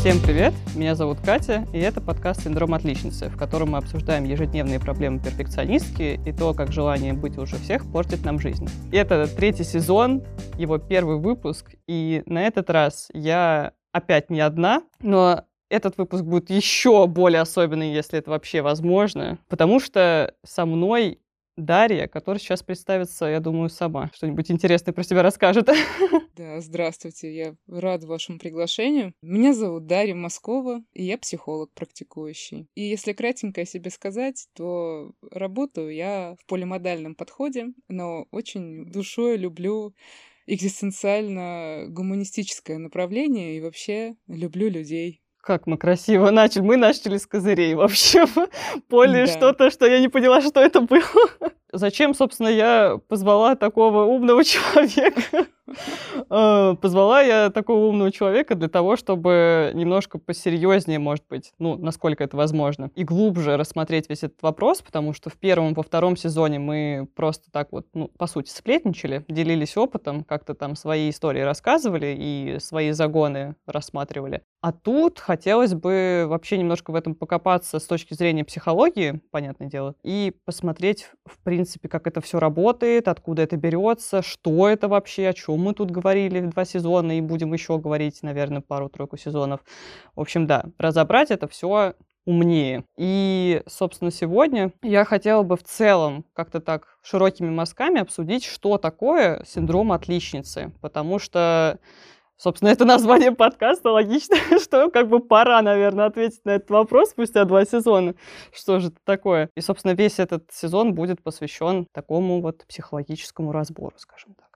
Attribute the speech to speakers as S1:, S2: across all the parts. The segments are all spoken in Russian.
S1: Всем привет, меня зовут Катя, и это подкаст «Синдром отличницы», в котором мы обсуждаем ежедневные проблемы перфекционистки и то, как желание быть лучше всех портит нам жизнь. И это 3-й сезон, его 1-й выпуск, и на этот раз я опять не одна, но этот выпуск будет еще более особенный, если это вообще возможно, потому что со мной Дарья, которая сейчас представится, я думаю, сама что-нибудь интересное про себя расскажет.
S2: Да, здравствуйте, я рада вашему приглашению. Меня зовут Дарья Москова, и я психолог практикующий. И если кратенько о себе сказать, то работаю я в полимодальном подходе, но очень душой люблю экзистенциально-гуманистическое направление и вообще люблю людей.
S1: Как мы красиво начали. Мы начали с козырей вообще. Поле
S2: Да.
S1: что-то, что я не поняла, что это было. Зачем, собственно, я позвала такого умного человека? Позвала я такого умного человека для того, чтобы немножко посерьезнее, может быть, насколько это возможно, и глубже рассмотреть весь этот вопрос, потому что в 1-м, во 2-м сезоне мы просто так вот, по сути, сплетничали, делились опытом, как-то там свои истории рассказывали и свои загоны рассматривали. А тут хотелось бы вообще немножко в этом покопаться с точки зрения психологии, понятное дело, и посмотреть, в принципе, как это все работает, откуда это берется, что это вообще, о чем мы тут говорили 2 сезона и будем еще говорить, наверное, 1-3 сезонов. В общем, да, разобрать это все умнее. И, собственно, сегодня я хотела бы в целом как-то так широкими мазками обсудить, что такое синдром отличницы, потому что, собственно, это название подкаста, логично, что как бы пора, наверное, ответить на этот вопрос спустя 2 сезона. Что же это такое? И, собственно, весь этот сезон будет посвящен такому вот психологическому разбору, скажем так.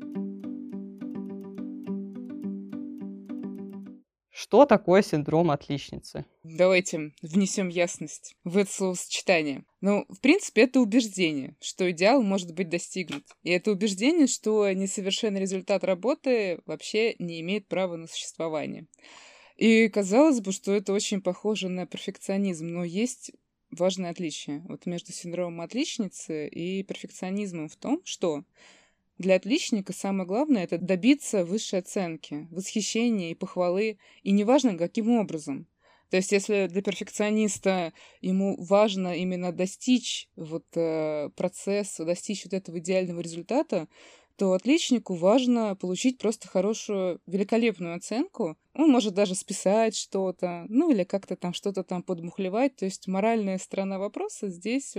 S1: Что такое синдром отличницы?
S2: Давайте внесем ясность в это словосочетание. В принципе, это убеждение, что идеал может быть достигнут. И это убеждение, что несовершенный результат работы вообще не имеет права на существование. И казалось бы, что это очень похоже на перфекционизм, но есть важное отличие вот между синдромом отличницы и перфекционизмом в том, что для отличника самое главное — это добиться высшей оценки, восхищения и похвалы, и неважно, каким образом. То есть, если для перфекциониста ему важно именно достичь процесса, достичь вот этого идеального результата, то отличнику важно получить просто хорошую, великолепную оценку. Он может даже списать что-то, или как-то там что-то там подмухлевать. То есть моральная сторона вопроса здесь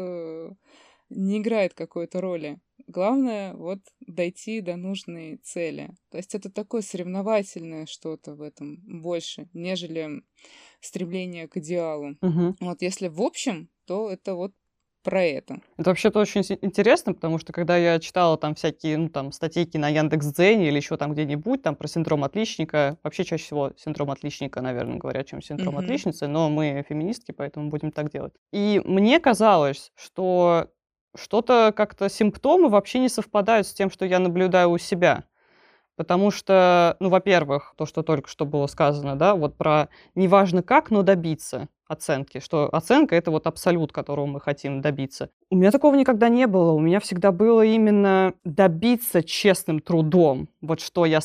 S2: не играет какой-то роли. Главное дойти до нужной цели. То есть это такое соревновательное что-то в этом больше, нежели стремление к идеалу.
S1: Угу.
S2: Если в общем, то это про это.
S1: Это вообще-то очень интересно, потому что когда я читала там всякие, статейки на Яндекс.Дзене или еще там где-нибудь, там про синдром отличника, вообще чаще всего синдром отличника, наверное, говорят, чем синдром отличницы, но мы феминистки, поэтому будем так делать. И мне казалось, что что-то как-то симптомы вообще не совпадают с тем, что я наблюдаю у себя. Потому что, во-первых, то, что только что было сказано, да, вот про неважно как, но добиться оценки, что оценка — это абсолют, которого мы хотим добиться. У меня такого никогда не было. У меня всегда было именно добиться честным трудом. Вот что я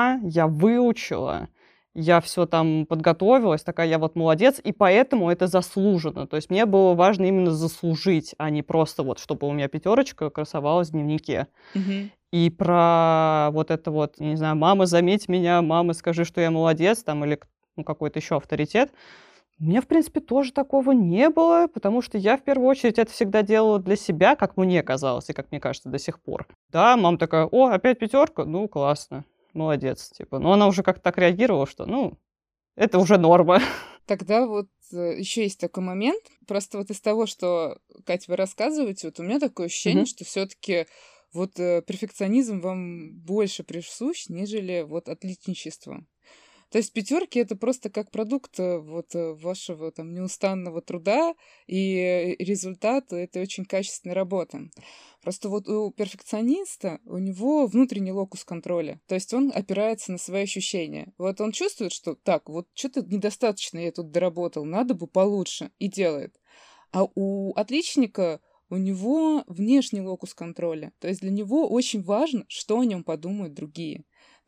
S1: выучила, я все там подготовилась, такая я молодец, и поэтому это заслуженно. То есть мне было важно именно заслужить, а не просто чтобы у меня 5 красовалась в дневнике.
S2: Угу.
S1: И про не знаю, мама, заметь меня, мама, скажи, что я молодец, там, или какой-то еще авторитет. У меня, в принципе, тоже такого не было, потому что я, в первую очередь, это всегда делала для себя, как мне казалось, и как мне кажется до сих пор. Да, мама такая: о, опять 5, классно, молодец, Но она уже как-то так реагировала, что, это уже норма.
S2: Тогда еще есть такой момент. Просто из того, что, Катя, вы рассказываете, у меня такое ощущение, что все-таки перфекционизм вам больше присущ, нежели отличничество. То есть 5 это просто как продукт вашего там неустанного труда, и результат этой очень качественной работы. Просто у перфекциониста, у него внутренний локус контроля. То есть он опирается на свои ощущения. Он чувствует, что так, что-то недостаточно я тут доработал, надо бы получше, и делает. А у отличника у него внешний локус контроля. То есть для него очень важно, что о нем подумают другие.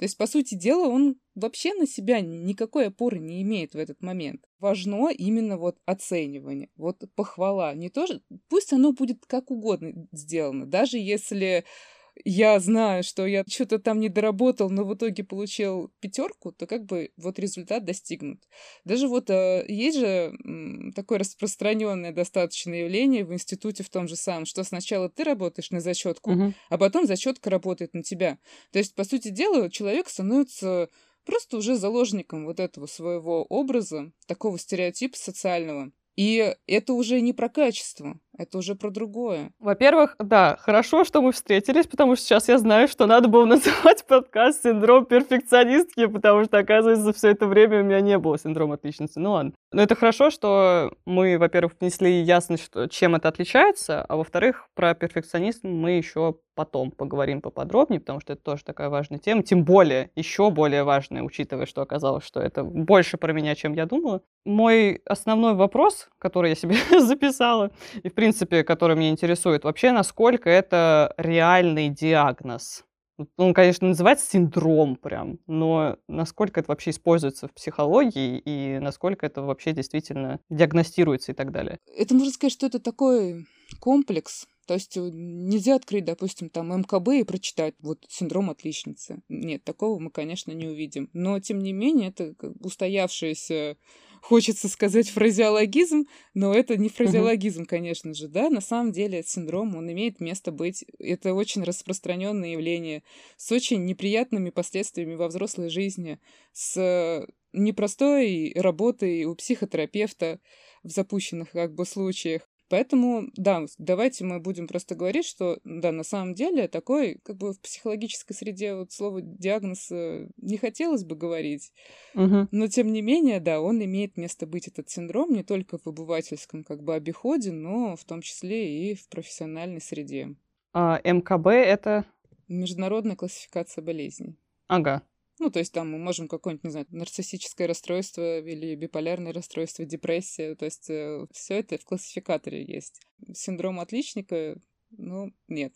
S2: То есть, по сути дела, он вообще на себя никакой опоры не имеет в этот момент. Важно именно вот оценивание, вот похвала. Не то же, пусть оно будет как угодно сделано, даже если я знаю, что я что-то там не доработал, но в итоге получил 5, то как бы вот результат достигнут. Даже вот есть же такое распространенное достаточно явление в институте в том же самом, что сначала ты работаешь на зачетку, а потом зачетка работает на тебя. То есть, по сути дела, человек становится просто уже заложником вот этого своего образа, такого стереотипа социального. И это уже не про качество, это уже про другое.
S1: Во-первых, да, хорошо, что мы встретились, потому что сейчас я знаю, что надо было называть подкаст «Синдром перфекционистки», потому что, оказывается, все это время у меня не было синдрома отличницы. Ну ладно. Но это хорошо, что мы, во-первых, внесли ясность, чем это отличается, а во-вторых, про перфекционизм мы еще потом поговорим поподробнее, потому что это тоже такая важная тема, тем более, еще более важная, учитывая, что оказалось, что это больше про меня, чем я думала. Мой основной вопрос, который я себе записала, и, в принципе, который меня интересует, вообще, насколько это реальный диагноз. Он, конечно, называется синдром прям, но насколько это вообще используется в психологии и насколько это вообще действительно диагностируется и так далее.
S2: Это можно сказать, что это такой комплекс. То есть нельзя открыть, допустим, там МКБ и прочитать вот синдром отличницы. Нет, такого мы, конечно, не увидим. Но, тем не менее, это устоявшийся, хочется сказать, фразеологизм, но это не фразеологизм, конечно же, да. На самом деле синдром, он имеет место быть. Это очень распространенное явление с очень неприятными последствиями во взрослой жизни, с непростой работой у психотерапевта в запущенных как бы случаях. Поэтому, да, давайте мы будем просто говорить, что, да, на самом деле такой, как бы в психологической среде вот слово диагноз не хотелось бы говорить, но тем не менее, да, он имеет место быть, этот синдром, не только в обывательском как бы обиходе, но в том числе и в профессиональной среде.
S1: А МКБ — это?
S2: Международная классификация болезней.
S1: Ага.
S2: Ну, то есть там мы можем какое-нибудь, не знаю, нарциссическое расстройство или биполярное расстройство, депрессия. То есть все это в классификаторе есть. Синдром отличника, ну, нет.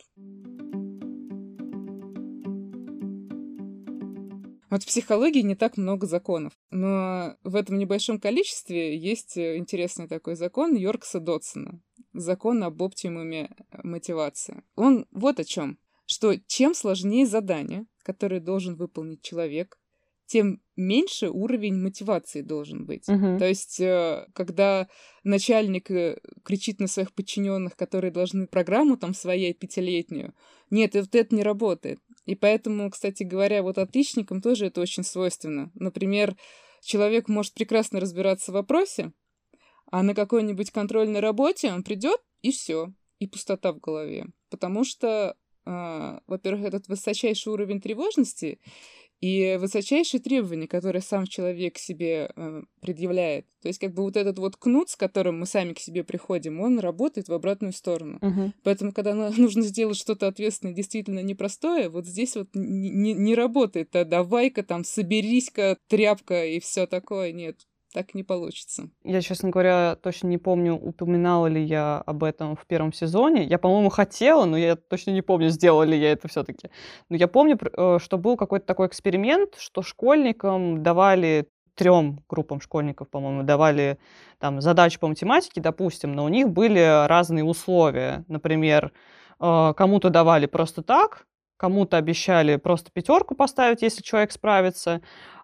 S2: Вот в психологии не так много законов, но в этом небольшом количестве есть интересный такой закон Йоркса-Дотсона. Закон об оптимуме мотивации. Он вот о чем. Что чем сложнее задание, которое должен выполнить человек, тем меньше уровень мотивации должен быть. То есть, когда начальник кричит на своих подчиненных, которые должны программу там своей 5-летнюю, нет, вот это не работает. И поэтому, кстати говоря, вот отличникам тоже это очень свойственно. Например, человек может прекрасно разбираться в вопросе, а на какой-нибудь контрольной работе он придет, и все, и пустота в голове. Потому что во-первых, этот высочайший уровень тревожности и высочайшие требования, которые сам человек себе предъявляет. То есть как бы вот этот вот кнут, с которым мы сами к себе приходим, он работает в обратную сторону. Поэтому, когда нужно сделать что-то ответственное, действительно непростое, вот здесь вот не работает. А давай-ка там, соберись-ка, тряпка и все такое. Нет. Так не получится.
S1: Я, честно говоря, точно не помню, упоминала ли я об этом в первом сезоне. Я, по-моему, хотела, но я точно не помню, сделала ли я это все-таки. Но я помню, что был какой-то такой эксперимент, что школьникам давали, 3 группам школьников, по-моему, давали там задачи по математике, допустим, но у них были разные условия. Например, кому-то давали просто так, кому-то обещали просто 5 поставить, если человек справится,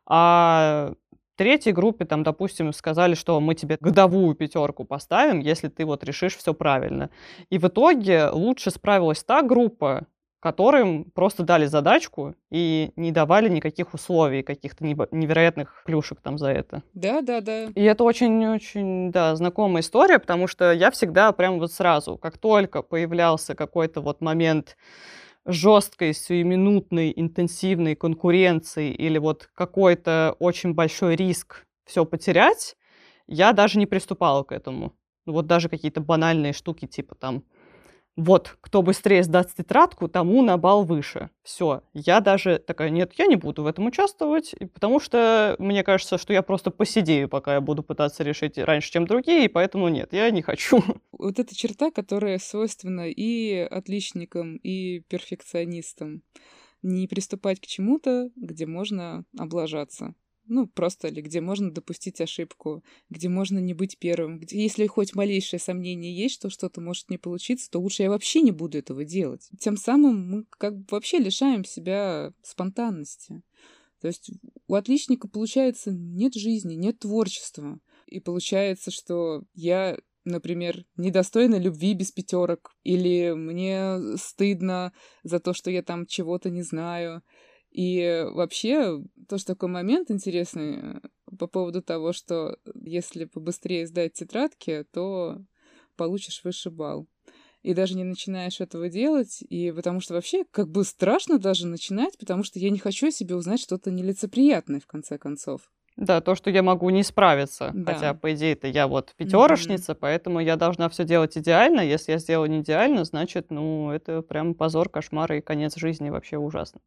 S1: а 3 группе, там, допустим, сказали, что мы тебе годовую 5 поставим, если ты вот решишь все правильно. И в итоге лучше справилась та группа, которым просто дали задачку и не давали никаких условий, каких-то невероятных плюшек там за это.
S2: Да.
S1: И это очень-очень, да, знакомая история, потому что я всегда прям вот сразу, как только появлялся какой-то вот момент жесткой, сиюминутной, интенсивной конкуренции или вот какой-то очень большой риск все потерять, я даже не приступала к этому. Вот даже какие-то банальные штуки, типа там, вот, кто быстрее сдаст тетрадку, тому на балл выше. Все. Я даже такая, нет, я не буду в этом участвовать, потому что мне кажется, что я просто посидею, пока я буду пытаться решить раньше, чем другие, и поэтому нет, я не хочу.
S2: Вот эта черта, которая свойственна и отличникам, и перфекционистам. не приступать к чему-то, где можно облажаться. Ну, просто или где можно допустить ошибку, где можно не быть первым. Если хоть малейшее сомнение есть, что что-то может не получиться, то лучше я вообще не буду этого делать. Тем самым мы как бы вообще лишаем себя спонтанности. То есть у отличника, получается, нет жизни, нет творчества. И получается, что я, например, недостойна любви без пятерок, или мне стыдно за то, что я там чего-то не знаю. И вообще, тоже такой момент интересный по поводу того, что если побыстрее сдать тетрадки, то получишь высший балл. И даже не начинаешь этого делать, и потому что вообще как бы страшно даже начинать, потому что я не хочу о себе узнать что-то нелицеприятное, в конце концов.
S1: Да, то, что я могу не справиться. Хотя,
S2: Да.
S1: по идее-то, я вот
S2: Мгм.
S1: пятерошница, поэтому я должна все делать идеально. Если я сделаю не идеально, значит, ну, это прям позор, кошмар и конец жизни вообще ужасно.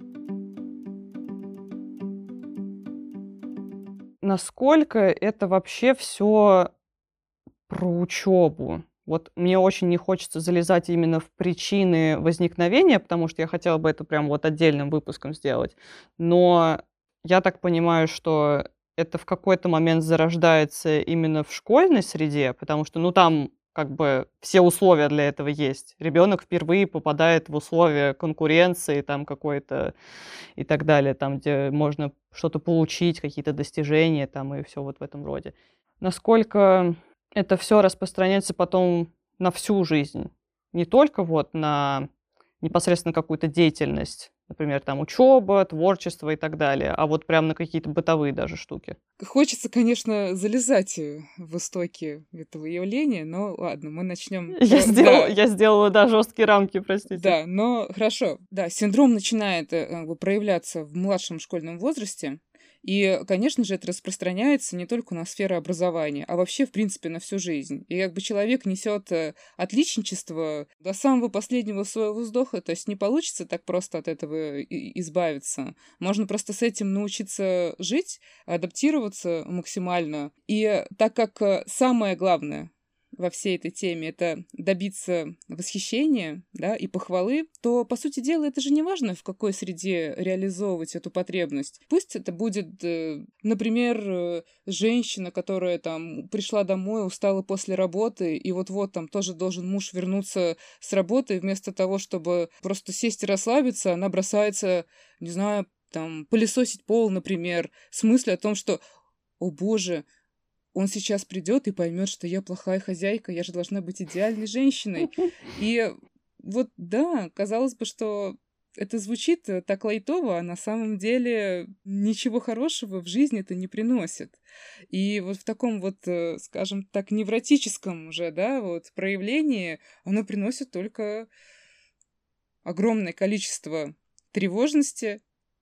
S1: Насколько это вообще все про учебу? Вот мне очень не хочется залезать именно в причины возникновения, потому что я хотела бы это прям вот отдельным выпуском сделать. Но я так понимаю, что это в какой-то момент зарождается именно в школьной среде, потому что, ну, там как бы все условия для этого есть. Ребенок впервые попадает в условия конкуренции там какой-то и так далее, там, где можно что-то получить, какие-то достижения там и все вот в этом роде. Насколько это все распространяется потом на всю жизнь, не только вот на непосредственно какую-то деятельность, например, там учеба, творчество и так далее, а вот прям на какие-то бытовые даже штуки.
S2: Хочется, конечно, залезать в истоки этого явления, но ладно, мы начнем.
S1: Я сделала, да, жесткие рамки, простите.
S2: Да, но хорошо. Да, синдром начинает как бы проявляться в младшем школьном возрасте. И, конечно же, это распространяется не только на сферу образования, а вообще, в принципе, на всю жизнь. И как бы человек несет отличничество до самого последнего своего вздоха, то есть не получится так просто от этого избавиться. Можно просто с этим научиться жить, адаптироваться максимально. И так как самое главное во всей этой теме это добиться восхищения, да, и похвалы, то, по сути дела, это же не важно, в какой среде реализовывать эту потребность. Пусть это будет, например, женщина, которая там пришла домой, устала после работы, и вот-вот там тоже должен муж вернуться с работы, и вместо того, чтобы просто сесть и расслабиться, она бросается, не знаю, там, пылесосить пол, например, с мыслью о том, что, о боже, он сейчас придет и поймет, что я плохая хозяйка, я же должна быть идеальной женщиной. И вот да, казалось бы, что это звучит так лайтово, а на самом деле ничего хорошего в жизни это не приносит. И вот в таком вот, скажем так, невротическом уже, да, вот проявлении оно приносит только огромное количество тревожности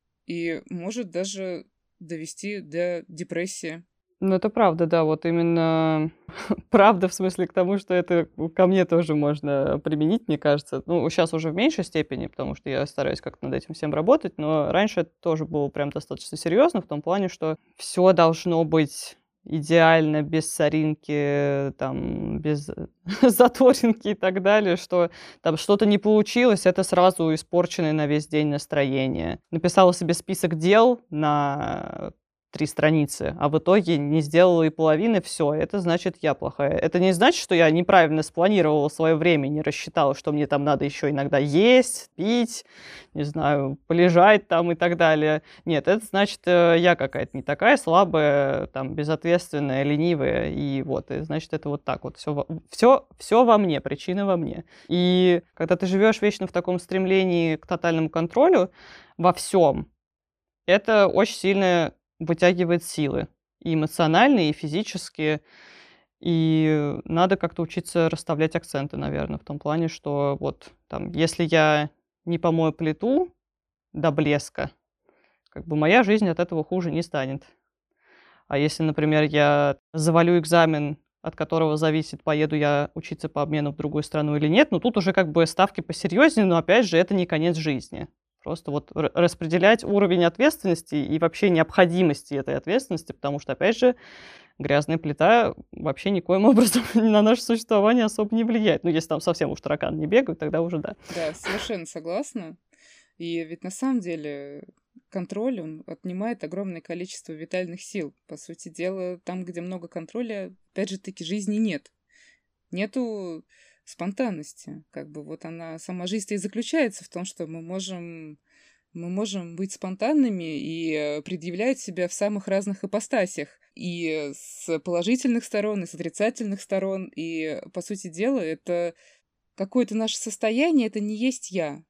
S2: и может даже довести до депрессии.
S1: Ну, это правда, да, вот именно правда в смысле к тому, что это ко мне тоже можно применить, мне кажется. Ну, сейчас уже в меньшей степени, потому что я стараюсь как-то над этим всем работать, но раньше это тоже было прям достаточно серьезно в том плане, что все должно быть идеально, без соринки, там, без заторинки и так далее, что там что-то не получилось, это сразу испорченное на весь день настроение. Написала себе список дел на 3 страницы, а в итоге не сделала и половины, все, это значит, я плохая. Это не значит, что я неправильно спланировала свое время, не рассчитала, что мне там надо еще иногда есть, пить, не знаю, полежать там и так далее. Нет, это значит, я какая-то не такая слабая, там, безответственная, ленивая, и вот, и значит, это вот так вот. Все во мне, причина во мне. И когда ты живешь вечно в таком стремлении к тотальному контролю во всем, это очень сильно вытягивает силы и эмоциональные, и физические. И надо как-то учиться расставлять акценты, наверное, в том плане, что вот там, если я не помою плиту до блеска, как бы моя жизнь от этого хуже не станет. А если, например, я завалю экзамен, от которого зависит, поеду я учиться по обмену в другую страну или нет, ну тут уже как бы ставки посерьезнее, но опять же это не конец жизни. Просто вот распределять уровень ответственности и вообще необходимости этой ответственности, потому что, опять же, грязная плита вообще никоим образом на наше существование особо не влияет. Ну, если там совсем уж тараканы не бегают, тогда уже да.
S2: Да, совершенно согласна. И ведь на самом деле контроль, он отнимает огромное количество витальных сил. По сути дела, там, где много контроля, опять же таки, жизни нет. Нету спонтанности. Как бы вот она, сама жизнь и заключается в том, что мы можем быть спонтанными и предъявлять себя в самых разных ипостасях. И с положительных сторон, и с отрицательных сторон. И, по сути дела, это какое-то наше состояние, это не есть я.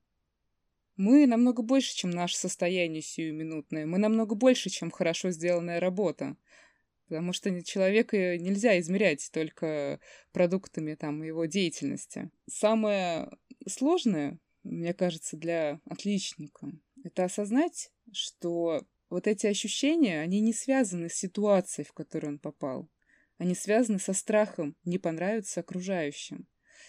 S2: Мы намного больше, чем наше состояние сиюминутное. Мы намного больше, чем хорошо сделанная работа. Потому что человека нельзя измерять только продуктами там, его деятельности. Самое сложное, мне кажется, для отличника, это осознать, что вот эти ощущения, они не связаны с ситуацией, в которую он попал. Они связаны со страхом не понравиться окружающим.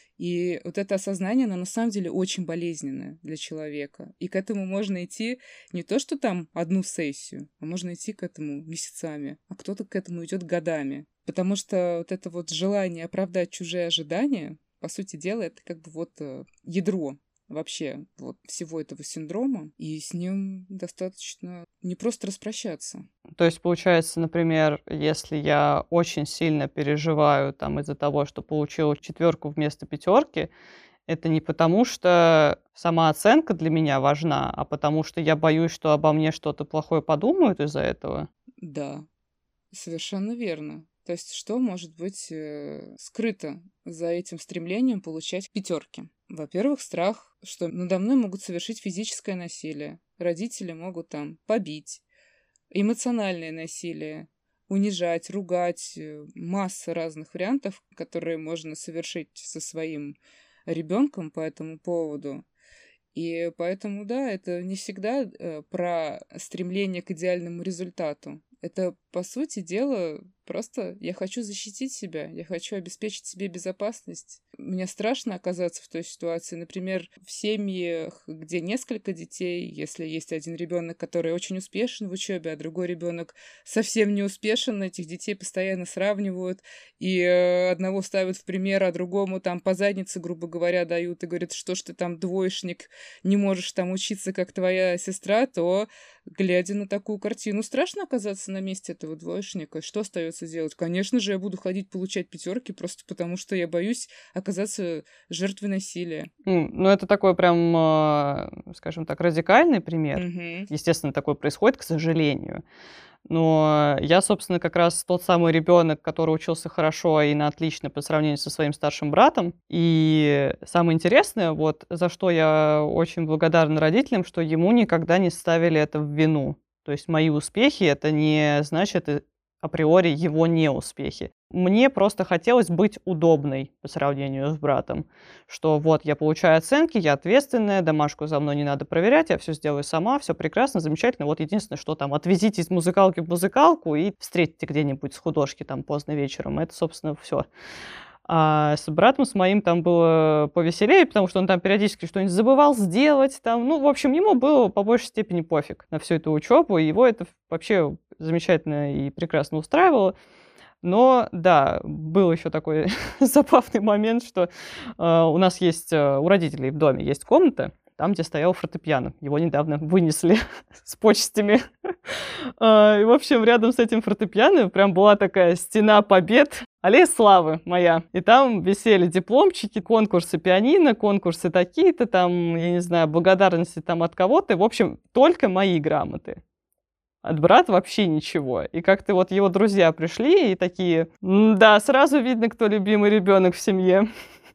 S2: И вот это осознание, оно на самом деле очень болезненное для человека. И к этому можно идти не то, что там одну сессию, а можно идти к этому месяцами, а кто-то к этому идет годами. Потому что вот это вот желание оправдать чужие ожидания, по сути дела, это как бы вот ядро вообще вот всего этого синдрома, и с ним достаточно не просто распрощаться.
S1: То есть, получается, например, если я очень сильно переживаю там из-за того, что получила 4 вместо 5, это не потому, что сама оценка для меня важна, а потому что я боюсь, что обо мне что-то плохое подумают из-за этого?
S2: Да, совершенно верно. То есть что может быть скрыто за этим стремлением получать 5? Во-первых, страх, что надо мной могут совершить физическое насилие. Родители могут там побить. Эмоциональное насилие, унижать, ругать. Масса разных вариантов, которые можно совершить со своим ребенком по этому поводу. И поэтому, да, это не всегда про стремление к идеальному результату. Это, по сути дела, просто я хочу защитить себя, я хочу обеспечить себе безопасность. Мне страшно оказаться в той ситуации. Например, в семьях, где несколько детей, если есть один ребенок, который очень успешен в учебе, а другой ребенок совсем не успешен, этих детей постоянно сравнивают, и одного ставят в пример, а другому там по заднице, грубо говоря, дают и говорят, что ж ты там двоечник, не можешь там учиться, как твоя сестра, то, глядя на такую картину, страшно оказаться на месте этого двоечника. Что остается делать? Конечно же, я буду ходить получать 5 просто потому, что я боюсь оказаться жертвой насилия.
S1: Ну, это такой прям, скажем так, радикальный пример.
S2: Мгм.
S1: Естественно, такое происходит, к сожалению. Но я, собственно, как раз тот самый ребенок, который учился хорошо и на отлично по сравнению со своим старшим братом. И самое интересное, вот за что я очень благодарна родителям, что ему никогда не ставили это в вину. То есть мои успехи — это не значит априори его неуспехи. Мне просто хотелось быть удобной по сравнению с братом. Что вот я получаю оценки, я ответственная, домашку за мной не надо проверять, я все сделаю сама, все прекрасно, замечательно. Вот единственное, что там отвезите из музыкалки в музыкалку и встретите где-нибудь с художки там поздно вечером. Это, собственно, все. А с братом с моим там было повеселее, потому что он там периодически что-нибудь забывал сделать. Там, ну, в общем, ему было по большей степени пофиг на всю эту учебу, и его это вообще замечательно и прекрасно устраивало. Но да, был еще такой забавный момент, что у нас есть, у родителей в доме есть комната, там, где стоял фортепиано. Его недавно вынесли с почестями. И, в общем, рядом с этим фортепиано прям была такая стена побед, аллея славы моя. И там висели дипломчики, конкурсы пианино, конкурсы такие-то, там, я не знаю, благодарности там от кого-то. В общем, только мои грамоты. От брата вообще ничего. И как-то вот его друзья пришли и такие: да, сразу видно, кто любимый ребенок в семье.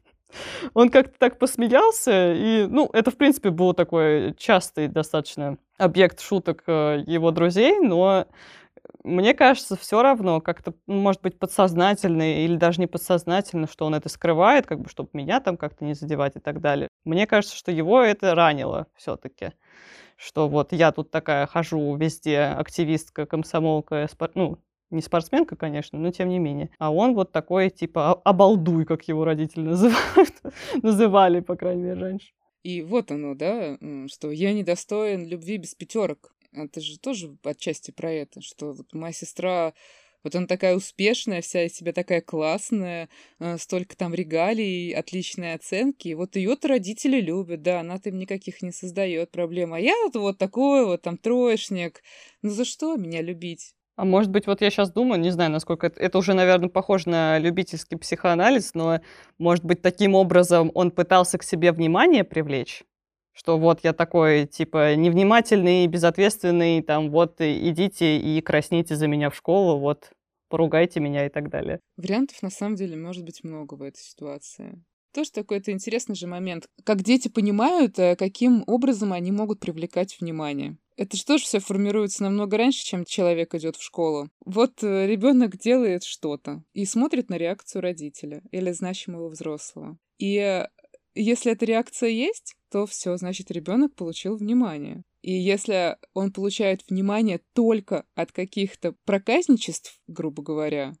S1: Он как-то так посмеялся, и, ну, это, в принципе, был такой частый достаточно объект шуток его друзей, но мне кажется, все равно как-то, может быть, подсознательно или даже не подсознательно, что он это скрывает, как бы, чтобы меня там как-то не задевать и так далее. Мне кажется, что его это ранило все-таки. Что вот я тут такая хожу везде, активистка, комсомолка, ну, не спортсменка, конечно, но тем не менее. А он вот такой, типа, обалдуй, как его родители называют. Называли, по крайней мере, раньше.
S2: И вот оно, да, что я недостоин любви без 5. Это же тоже отчасти про это, что вот моя сестра Вот она такая успешная, вся из себя такая классная, столько там регалий, отличные оценки. И вот ее-то родители любят, да, она-то им никаких не создает проблем. А я вот такой вот там троечник. Ну за что меня любить?
S1: А может быть, вот я сейчас думаю, не знаю, насколько это уже, наверное, похоже на любительский психоанализ, но, может быть, таким образом он пытался к себе внимание привлечь? Что вот я такой, типа, невнимательный, безответственный, там, вот идите и красните за меня в школу, вот, поругайте меня и так далее.
S2: Вариантов на самом деле может быть много в этой ситуации. Тоже такой-то интересный же момент. Как дети понимают, каким образом они могут привлекать внимание. Это же тоже все формируется намного раньше, чем человек идет в школу. Вот ребенок делает что-то и смотрит на реакцию родителя или значимого взрослого. И если эта реакция есть, то все, значит, ребенок получил внимание. И если он получает внимание только от каких-то проказничеств, грубо говоря,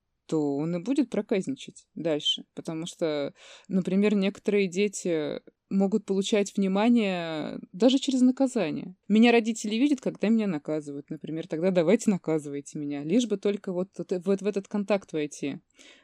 S2: то он и будет проказничать дальше. Потому что, например, некоторые дети могут получать внимание даже через наказание. Меня родители видят, когда меня наказывают, например, тогда давайте наказывайте меня, лишь бы только вот в этот контакт войти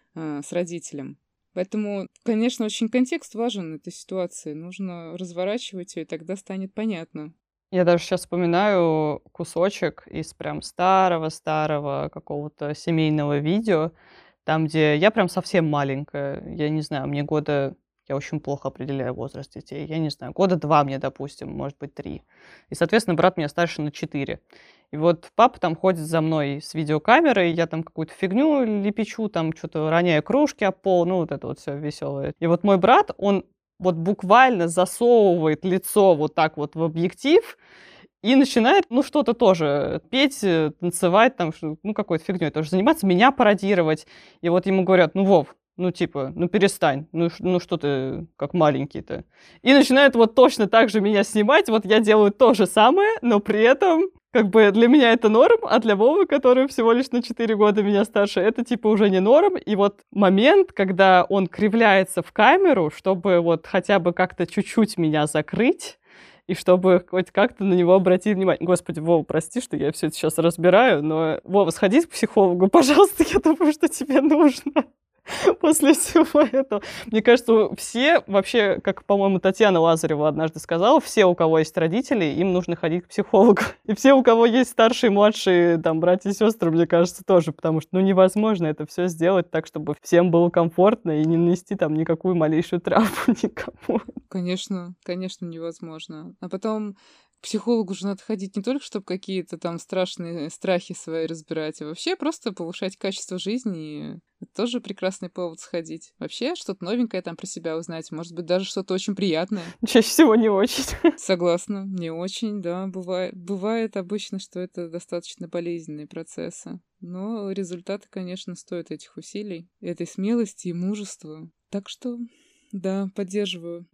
S2: с родителем. Поэтому, конечно, очень контекст важен этой ситуации. Нужно разворачивать ее, и тогда станет понятно.
S1: Я даже сейчас вспоминаю кусочек из прям старого-старого какого-то семейного видео, там, где я прям совсем маленькая, я не знаю, мне года, я очень плохо определяю возраст детей, я не знаю, года 2 мне, допустим, может быть, 3. И, соответственно, брат меня старше на 4. И вот папа там ходит за мной с видеокамерой, я там какую-то фигню лепечу, там что-то роняю кружки об пол, ну вот это вот все веселое. И вот мой брат, он вот буквально засовывает лицо вот так вот в объектив и начинает, ну, что-то тоже петь, танцевать, там, ну, какой-то фигней тоже заниматься, меня пародировать. И вот ему говорят: ну, Вов, ну, типа, ну, перестань, ну, что ты как маленький-то. И начинает вот точно так же меня снимать, вот я делаю то же самое, но при этом как бы для меня это норм, а для Вовы, который всего лишь на 4 года меня старше, это типа уже не норм. И вот момент, когда он кривляется в камеру, чтобы вот хотя бы как-то чуть-чуть меня закрыть, и чтобы хоть как-то на него обратить внимание. Господи, Вова, прости, что я все это сейчас разбираю, но, Вова, сходи к психологу, пожалуйста, я думаю, что тебе нужно. После всего этого. Мне кажется, все вообще, как, по-моему, Татьяна Лазарева однажды сказала, все, у кого есть родители, им нужно ходить к психологу. И все, у кого есть старшие, младшие, там, братья и сестры, мне кажется, тоже, потому что, ну, невозможно это все сделать так, чтобы всем было комфортно и не нанести там никакую малейшую травму никому.
S2: Конечно, конечно, невозможно. А потом к психологу же надо ходить не только, чтобы какие-то там страшные страхи свои разбирать, а вообще просто повышать качество жизни. И это тоже прекрасный повод сходить. Вообще что-то новенькое там про себя узнать. Может быть, даже что-то очень приятное.
S1: Чаще всего не очень.
S2: Согласна, не очень, да. Бывает обычно, что это достаточно болезненные процессы. Но результаты, конечно, стоят этих усилий, этой смелости и мужества. Так что, да, поддерживаю.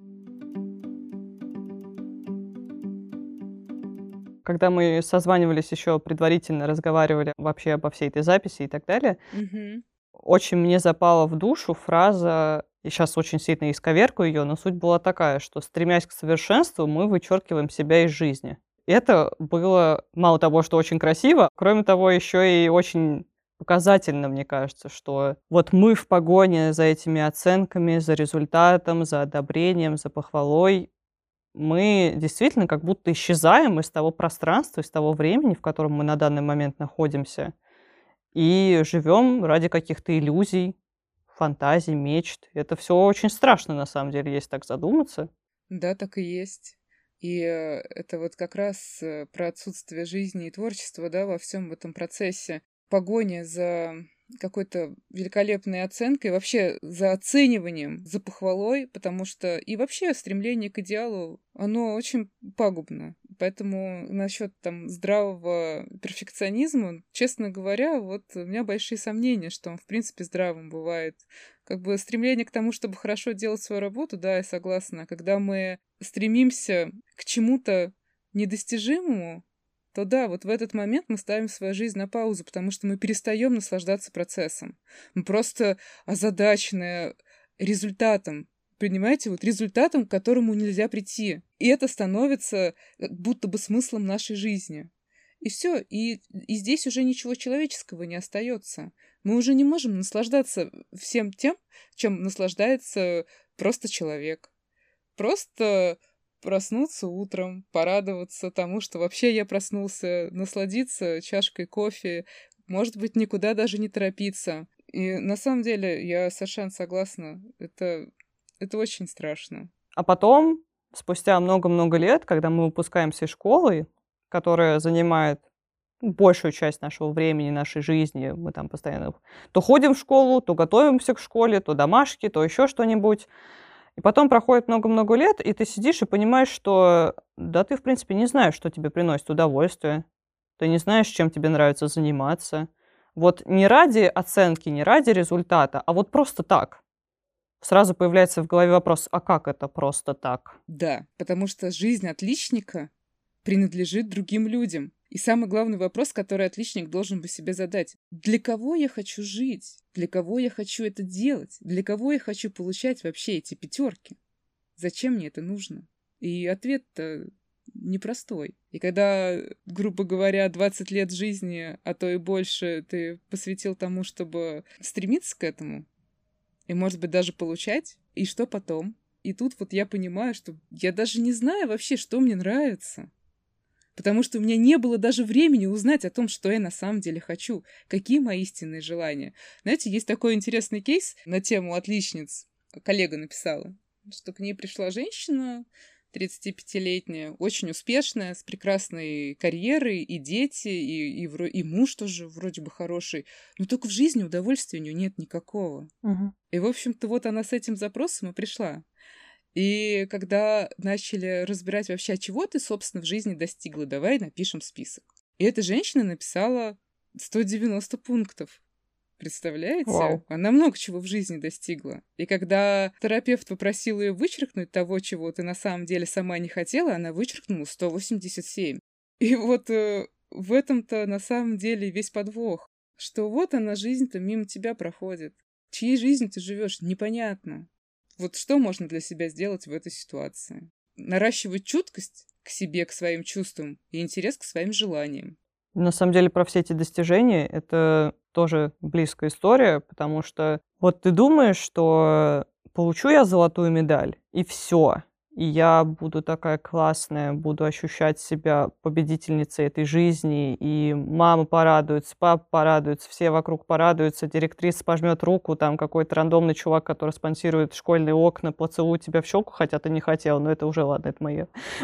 S1: Когда мы созванивались еще предварительно, разговаривали вообще обо всей этой записи и так далее,
S2: Мгм.
S1: очень мне запала в душу фраза, и сейчас очень сильно исковеркаю ее, но суть была такая, что, стремясь к совершенству, мы вычеркиваем себя из жизни. Это было мало того, что очень красиво, кроме того, еще и очень показательно, мне кажется, что вот мы в погоне за этими оценками, за результатом, за одобрением, за похвалой, мы действительно как будто исчезаем из того пространства, из того времени, в котором мы на данный момент находимся, и живем ради каких-то иллюзий, фантазий, мечт. Это все очень страшно, на самом деле, если так задуматься.
S2: Да, так и есть. И это вот как раз про отсутствие жизни и творчества, да, во всем этом процессе. Погоня за какой-то великолепной оценкой, вообще за оцениванием, за похвалой, потому что и вообще стремление к идеалу, оно очень пагубно. Поэтому насчет там здравого перфекционизма, честно говоря, вот у меня большие сомнения, что он в принципе здравым бывает. Как бы стремление к тому, чтобы хорошо делать свою работу, да, я согласна. Когда мы стремимся к чему-то недостижимому, то да, вот в этот момент мы ставим свою жизнь на паузу, потому что мы перестаем наслаждаться процессом. Мы просто озадачены результатом. Понимаете, вот результатом, к которому нельзя прийти. И это становится будто бы смыслом нашей жизни. и все. И здесь уже ничего человеческого не остается. Мы уже не можем наслаждаться всем тем, чем наслаждается просто человек. Просто проснуться утром, порадоваться тому, что вообще я проснулся, насладиться чашкой кофе, может быть, никуда даже не торопиться. И на самом деле я совершенно согласна. Это очень страшно.
S1: А потом, спустя много-много лет, когда мы выпускаемся из школы, которая занимает большую часть нашего времени, нашей жизни, мы там постоянно то ходим в школу, то готовимся к школе, то домашки, то еще что-нибудь. И потом проходит много-много лет, и ты сидишь и понимаешь, что да, ты, в принципе, не знаешь, что тебе приносит удовольствие. Ты не знаешь, чем тебе нравится заниматься. Вот не ради оценки, не ради результата, а вот просто так. Сразу появляется в голове вопрос, а как это просто так?
S2: Да, потому что жизнь отличника принадлежит другим людям. И самый главный вопрос, который отличник должен бы себе задать. Для кого я хочу жить? Для кого я хочу это делать? Для кого я хочу получать вообще эти 5? Зачем мне это нужно? И ответ-то непростой. И когда, грубо говоря, 20 лет жизни, а то и больше, ты посвятил тому, чтобы стремиться к этому, и, может быть, даже получать, и что потом? И тут вот я понимаю, что я даже не знаю вообще, что мне нравится. Потому что у меня не было даже времени узнать о том, что я на самом деле хочу, какие мои истинные желания. Знаете, есть такой интересный кейс на тему отличниц. Коллега написала, что к ней пришла женщина, 35-летняя, очень успешная, с прекрасной карьерой, и дети, и муж тоже вроде бы хороший, но только в жизни удовольствия у нее нет никакого.
S1: Угу.
S2: И, в общем-то, вот она с этим запросом и пришла. И когда начали разбирать вообще, чего ты, собственно, в жизни достигла, давай напишем список. И эта женщина написала 190 пунктов. Представляете?
S1: Вау.
S2: Она много чего в жизни достигла. И когда терапевт попросил ее вычеркнуть того, чего ты на самом деле сама не хотела, она вычеркнула 187. И вот в этом-то на самом деле весь подвох. Что вот она, жизнь-то мимо тебя проходит. Чьей жизнью ты живешь, непонятно. Вот что можно для себя сделать в этой ситуации? Наращивать чуткость к себе, к своим чувствам и интерес к своим желаниям.
S1: На самом деле про все эти достижения это тоже близкая история, потому что вот ты думаешь, что получу я золотую медаль, и все. И я буду такая классная, буду ощущать себя победительницей этой жизни, и мама порадуется, папа порадуется, все вокруг порадуются, директриса пожмет руку, там какой-то рандомный чувак, который спонсирует школьные окна, поцелует тебя в щеку, хотя ты не хотел, но это уже ладно, это моя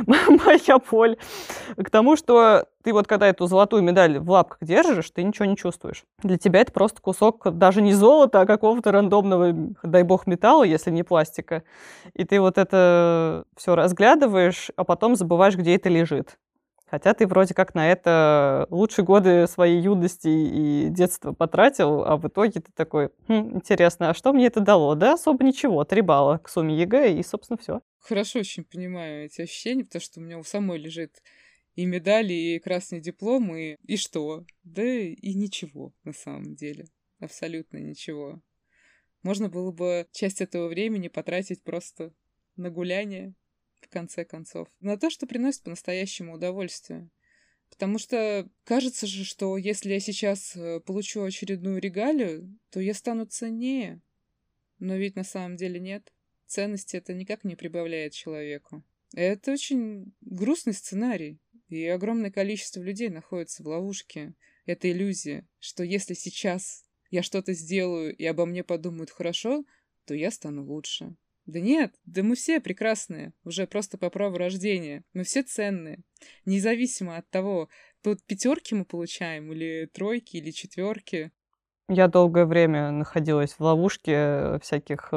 S1: боль. К тому, что ты вот когда эту золотую медаль в лапках держишь, ты ничего не чувствуешь. Для тебя это просто кусок даже не золота, а какого-то рандомного, дай бог, металла, если не пластика. И ты вот это все разглядываешь, а потом забываешь, где это лежит. Хотя ты вроде как на это лучшие годы своей юности и детства потратил, а в итоге ты такой, интересно, а что мне это дало? Да особо ничего, 3 балла к сумме ЕГЭ, и, собственно, все.
S2: Хорошо очень понимаю эти ощущения, потому что у меня у самой лежит и медали, и красный диплом, и что? Да и ничего на самом деле. Абсолютно ничего. Можно было бы часть этого времени потратить просто на гуляние, в конце концов. На то, что приносит по-настоящему удовольствие. Потому что кажется же, что если я сейчас получу очередную регалию, то я стану ценнее. Но ведь на самом деле нет. Ценности это никак не прибавляет человеку. Это очень грустный сценарий. И огромное количество людей находится в ловушке этой иллюзии, что если сейчас я что-то сделаю и обо мне подумают хорошо, то я стану лучше. Да нет, да мы все прекрасные, уже просто по праву рождения. Мы все ценные. Независимо от того, тут 5 мы получаем, или 3, или 4.
S1: Я долгое время находилась в ловушке всяких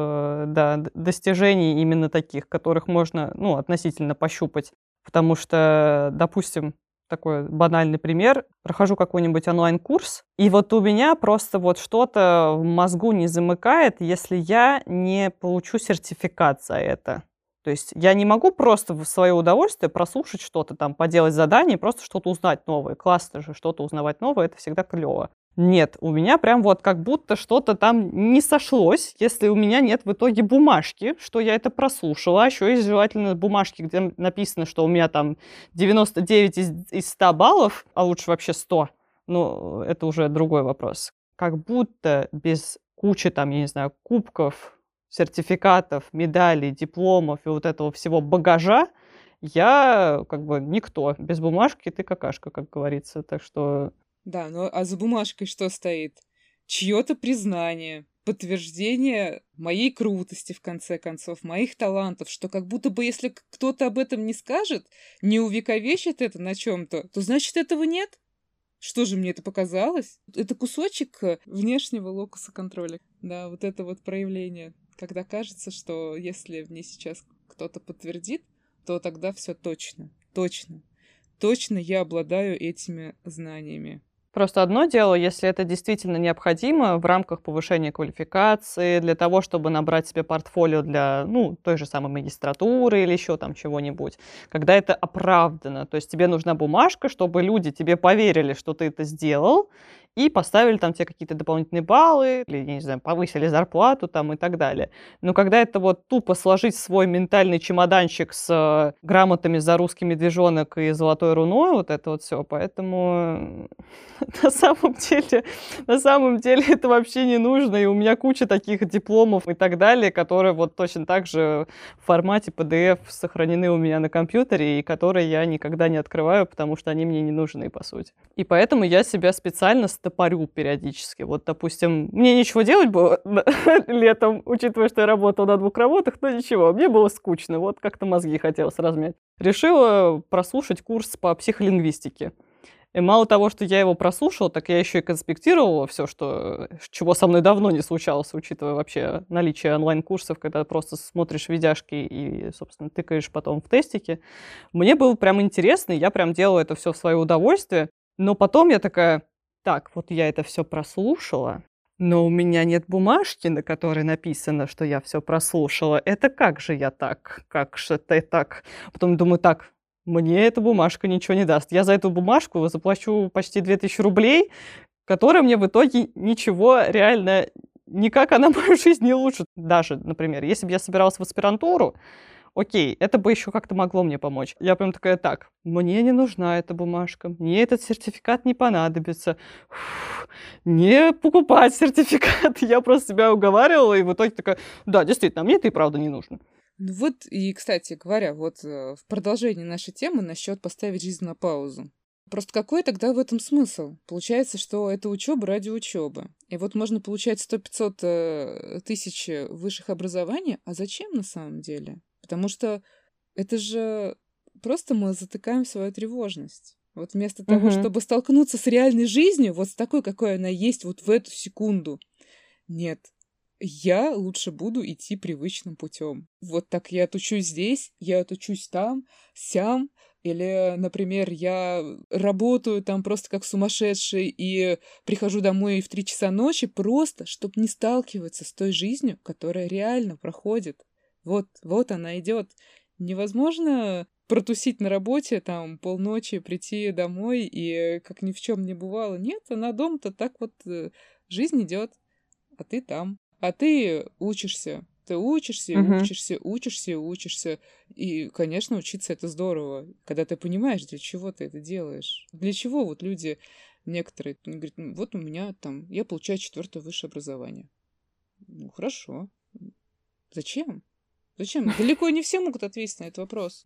S1: достижений именно таких, которых можно относительно пощупать. Потому что, допустим, такой банальный пример, прохожу какой-нибудь онлайн-курс, и вот у меня просто вот что-то в мозгу не замыкает, если я не получу сертификат за это. То есть я не могу просто в свое удовольствие прослушать что-то там, поделать задание, просто что-то узнать новое. Классно же что-то узнавать новое, это всегда клево. Нет, у меня прям вот как будто что-то там не сошлось, если у меня нет в итоге бумажки, что я это прослушала. А еще есть желательно бумажки, где написано, что у меня там 99 из 100 баллов, а лучше вообще 100. Ну, это уже другой вопрос. Как будто без кучи там, я не знаю, кубков, сертификатов, медалей, дипломов и вот этого всего багажа, я как бы никто. Без бумажки ты какашка, как говорится. Так что
S2: Да, ну а за бумажкой что стоит? Чье-то признание, подтверждение моей крутости, в конце концов, моих талантов, что как будто бы если кто-то об этом не скажет, не увековечит это на чем-то, то значит этого нет. Что же мне это показалось? Это кусочек внешнего локуса контроля. Да, вот это вот проявление, когда кажется, что если мне сейчас кто-то подтвердит, то тогда все точно, точно, точно я обладаю этими знаниями.
S1: просто одно дело, если это действительно необходимо в рамках повышения квалификации, для того, чтобы набрать себе портфолио для, ну, той же самой магистратуры или еще там чего-нибудь, когда это оправдано. То есть тебе нужна бумажка, чтобы люди тебе поверили, что ты это сделал, и поставили там тебе какие-то дополнительные баллы, или, я не знаю, повысили зарплату там и так далее. Но когда это вот тупо сложить в свой ментальный чемоданчик с грамотами за русский медвежонок и золотой руной, вот это вот все, поэтому на самом деле это вообще не нужно, и у меня куча таких дипломов и так далее, которые вот точно так же в формате PDF сохранены у меня на компьютере, и которые я никогда не открываю, потому что они мне не нужны, по сути. И поэтому я себя специально стопорю периодически. Вот, допустим, мне нечего делать было летом, учитывая, что я работала на 2 работах, но ничего, мне было скучно, вот как-то мозги хотелось размять. Решила прослушать курс по психолингвистике. И мало того, что я его прослушала, так я еще и конспектировала все, чего со мной давно не случалось, учитывая вообще наличие онлайн-курсов, когда просто смотришь видяшки и, собственно, тыкаешь потом в тестики. Мне было прям интересно, я прям делала это все в свое удовольствие. Но потом я такая, так, вот я это все прослушала, но у меня нет бумажки, на которой написано, что я все прослушала. Это как же я так? Как же это так? Потом думаю, так, мне эта бумажка ничего не даст. Я за эту бумажку заплачу почти 2000 рублей, которая мне в итоге ничего реально, никак она мою жизнь не улучшит. Даже, например, если бы я собиралась в аспирантуру, окей, это бы еще как-то могло мне помочь. Я прям такая, так, мне не нужна эта бумажка, мне этот сертификат не понадобится. Не покупать сертификат. Я просто себя уговаривала, и в итоге такая, да, действительно, мне это и правда не нужно.
S2: Ну вот, и, кстати говоря, вот в продолжении нашей темы насчет поставить жизнь на паузу. Просто какой тогда в этом смысл? Получается, что это учеба ради учебы. И вот можно получать 100-500 тысяч высших образований, а зачем на самом деле? Потому что это же просто мы затыкаем свою тревожность. Вот вместо того, чтобы столкнуться с реальной жизнью, вот с такой, какой она есть вот в эту секунду. Нет, я лучше буду идти привычным путем. Вот так я отучусь здесь, я отучусь там, сям. Или, например, я работаю там просто как сумасшедший и прихожу домой в 3 часа ночи просто, чтобы не сталкиваться с той жизнью, которая реально проходит. Вот она идет. Невозможно протусить на работе там полночи, прийти домой и как ни в чем не бывало. Нет, а на дом-то так вот жизнь идет, а ты там. А ты учишься. Ты учишься, учишься. И, конечно, учиться это здорово, когда ты понимаешь, для чего ты это делаешь. Для чего вот люди, некоторые, говорят, вот у меня там, я получаю 4-е высшее образование. Ну, хорошо. Зачем? Зачем? Далеко не все могут ответить на этот вопрос.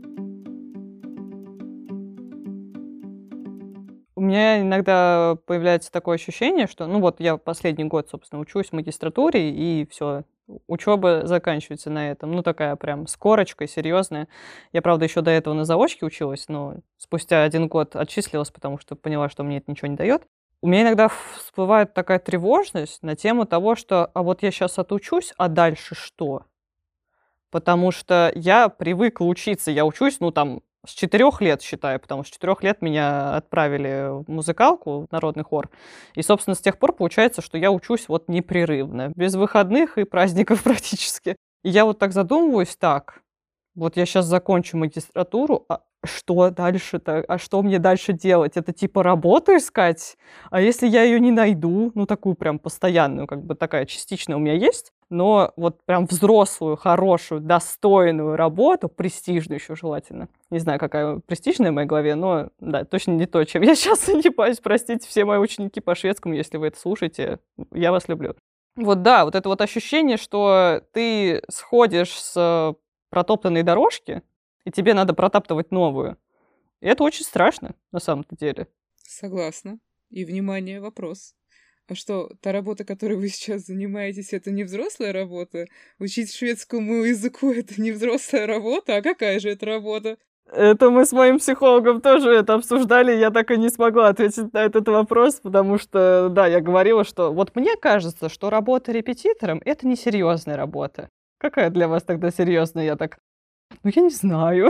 S1: У меня иногда появляется такое ощущение, что, ну вот я последний год, собственно, учусь в магистратуре, и все, учеба заканчивается на этом. Ну, такая прям с корочкой, серьезная. Я, правда, еще до этого на заочке училась, но спустя 1 год отчислилась, потому что поняла, что мне это ничего не дает. У меня иногда всплывает такая тревожность на тему того, что а вот я сейчас отучусь, а дальше что? Потому что я привыкла учиться. Я учусь, ну, там, с 4 лет, считаю, потому что с 4 лет меня отправили в музыкалку, в народный хор. И, собственно, с тех пор получается, что я учусь вот непрерывно, без выходных и праздников практически. И я вот так задумываюсь, так, вот я сейчас закончу магистратуру, а что дальше-то? А что мне дальше делать? Это типа работу искать? А если я ее не найду, ну такую прям постоянную, как бы такая частичная у меня есть, но вот прям взрослую, хорошую, достойную работу, престижную еще желательно. Не знаю, какая престижная в моей голове, но да, точно не то, чем я сейчас занимаюсь. Простите, все мои ученики по шведскому, если вы это слушаете, я вас люблю. Вот да, вот это вот ощущение, что ты сходишь с протоптанной дорожки, и тебе надо протаптывать новую. И это очень страшно, на самом-то деле.
S2: Согласна. И, внимание, вопрос. А что, та работа, которой вы сейчас занимаетесь, это не взрослая работа? Учить шведскому языку — это не взрослая работа? А какая же это работа?
S1: Это мы с моим психологом тоже это обсуждали, я так и не смогла ответить на этот вопрос, потому что, да, я говорила, что вот мне кажется, что работа репетитором — это несерьезная работа. Какая для вас тогда серьезная? Я так, ну, я не знаю.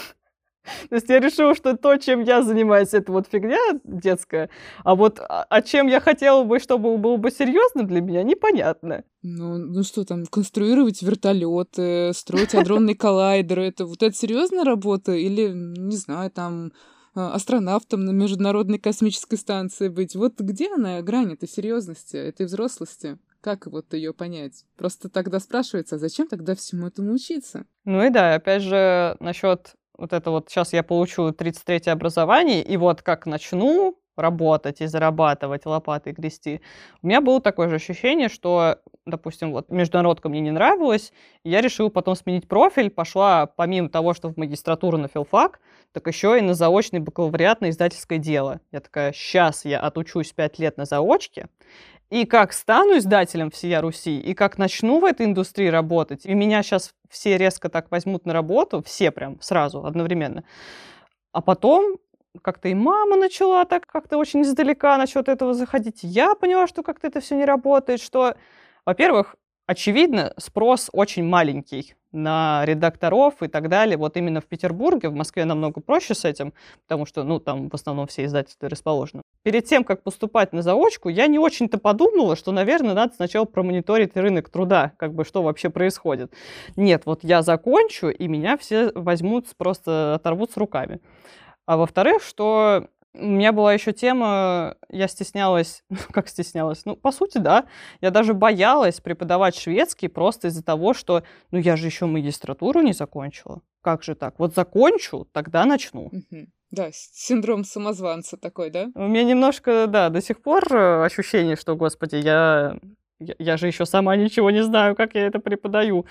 S1: То есть я решила, что то, чем я занимаюсь, это вот фигня детская, а вот чем я хотела бы, чтобы было бы серьезно для меня, непонятно.
S2: Ну что там, конструировать вертолеты, строить адронные коллайдеры, это вот это серьезная работа? Или, не знаю, там астронавтом на Международной космической станции быть? Вот где она, грань этой серьезности, этой взрослости? Как вот ее понять? Просто тогда спрашивается, а зачем тогда всему этому учиться?
S1: Ну и да, опять же, насчет вот это вот сейчас я получу 33-е образование, и вот как начну работать и зарабатывать, лопатой грести, у меня было такое же ощущение, что, допустим, вот международка мне не нравилась, и я решила потом сменить профиль, пошла помимо того, что в магистратуру на филфак, так еще и на заочный бакалавриат на издательское дело. Я такая, сейчас я отучусь 5 лет на заочке, и как стану издателем всея Руси, и как начну в этой индустрии работать, и меня сейчас все резко так возьмут на работу, все прям сразу, одновременно. А потом как-то и мама начала так как-то очень издалека насчет этого заходить. Я поняла, что как-то это все не работает, что, во-первых, очевидно, спрос очень маленький на редакторов и так далее. Вот именно в Петербурге, в Москве намного проще с этим, потому что, ну, там в основном все издательства расположены. Перед тем, как поступать на заочку, я не очень-то подумала, что, наверное, надо сначала промониторить рынок труда, как бы что вообще происходит. Нет, вот я закончу, и меня все возьмут, просто оторвут с руками. А во-вторых, что у меня была еще тема, я стеснялась, как стеснялась? Ну, по сути, да. Я даже боялась преподавать шведский просто из-за того, что, ну, я же еще магистратуру не закончила. Как же так? Вот закончу, тогда начну.
S2: Да, синдром самозванца такой, да?
S1: У меня немножко, да, до сих пор ощущение, что, господи, я же еще сама ничего не знаю, как я это преподаю.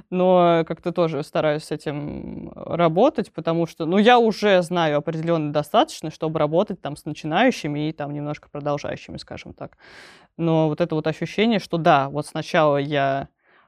S1: Но как-то тоже стараюсь с этим работать, потому что, ну, я уже знаю определенно достаточно, чтобы работать там с начинающими и там немножко продолжающими, скажем так. Но вот это вот ощущение, что да, вот сначала я